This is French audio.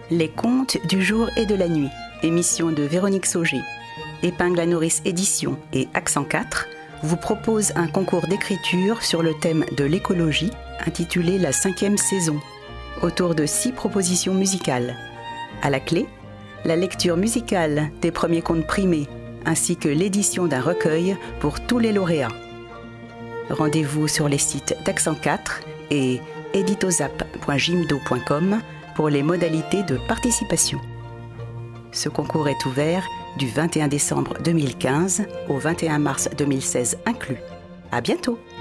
Les contes du jour et de la nuit, émission de Véronique Sauger. Épingle à nourrice édition et Accent 4 vous propose un concours d'écriture sur le thème de l'écologie intitulé la 5e saison, autour de 6 propositions musicales. À la clé, la lecture musicale des premiers contes primés ainsi que l'édition d'un recueil pour tous les lauréats. Rendez-vous sur les sites d'Accent 4 et editozap.jimdo.com pour les modalités de participation. Ce concours est ouvert du 21 décembre 2015 au 21 mars 2016 inclus. À bientôt!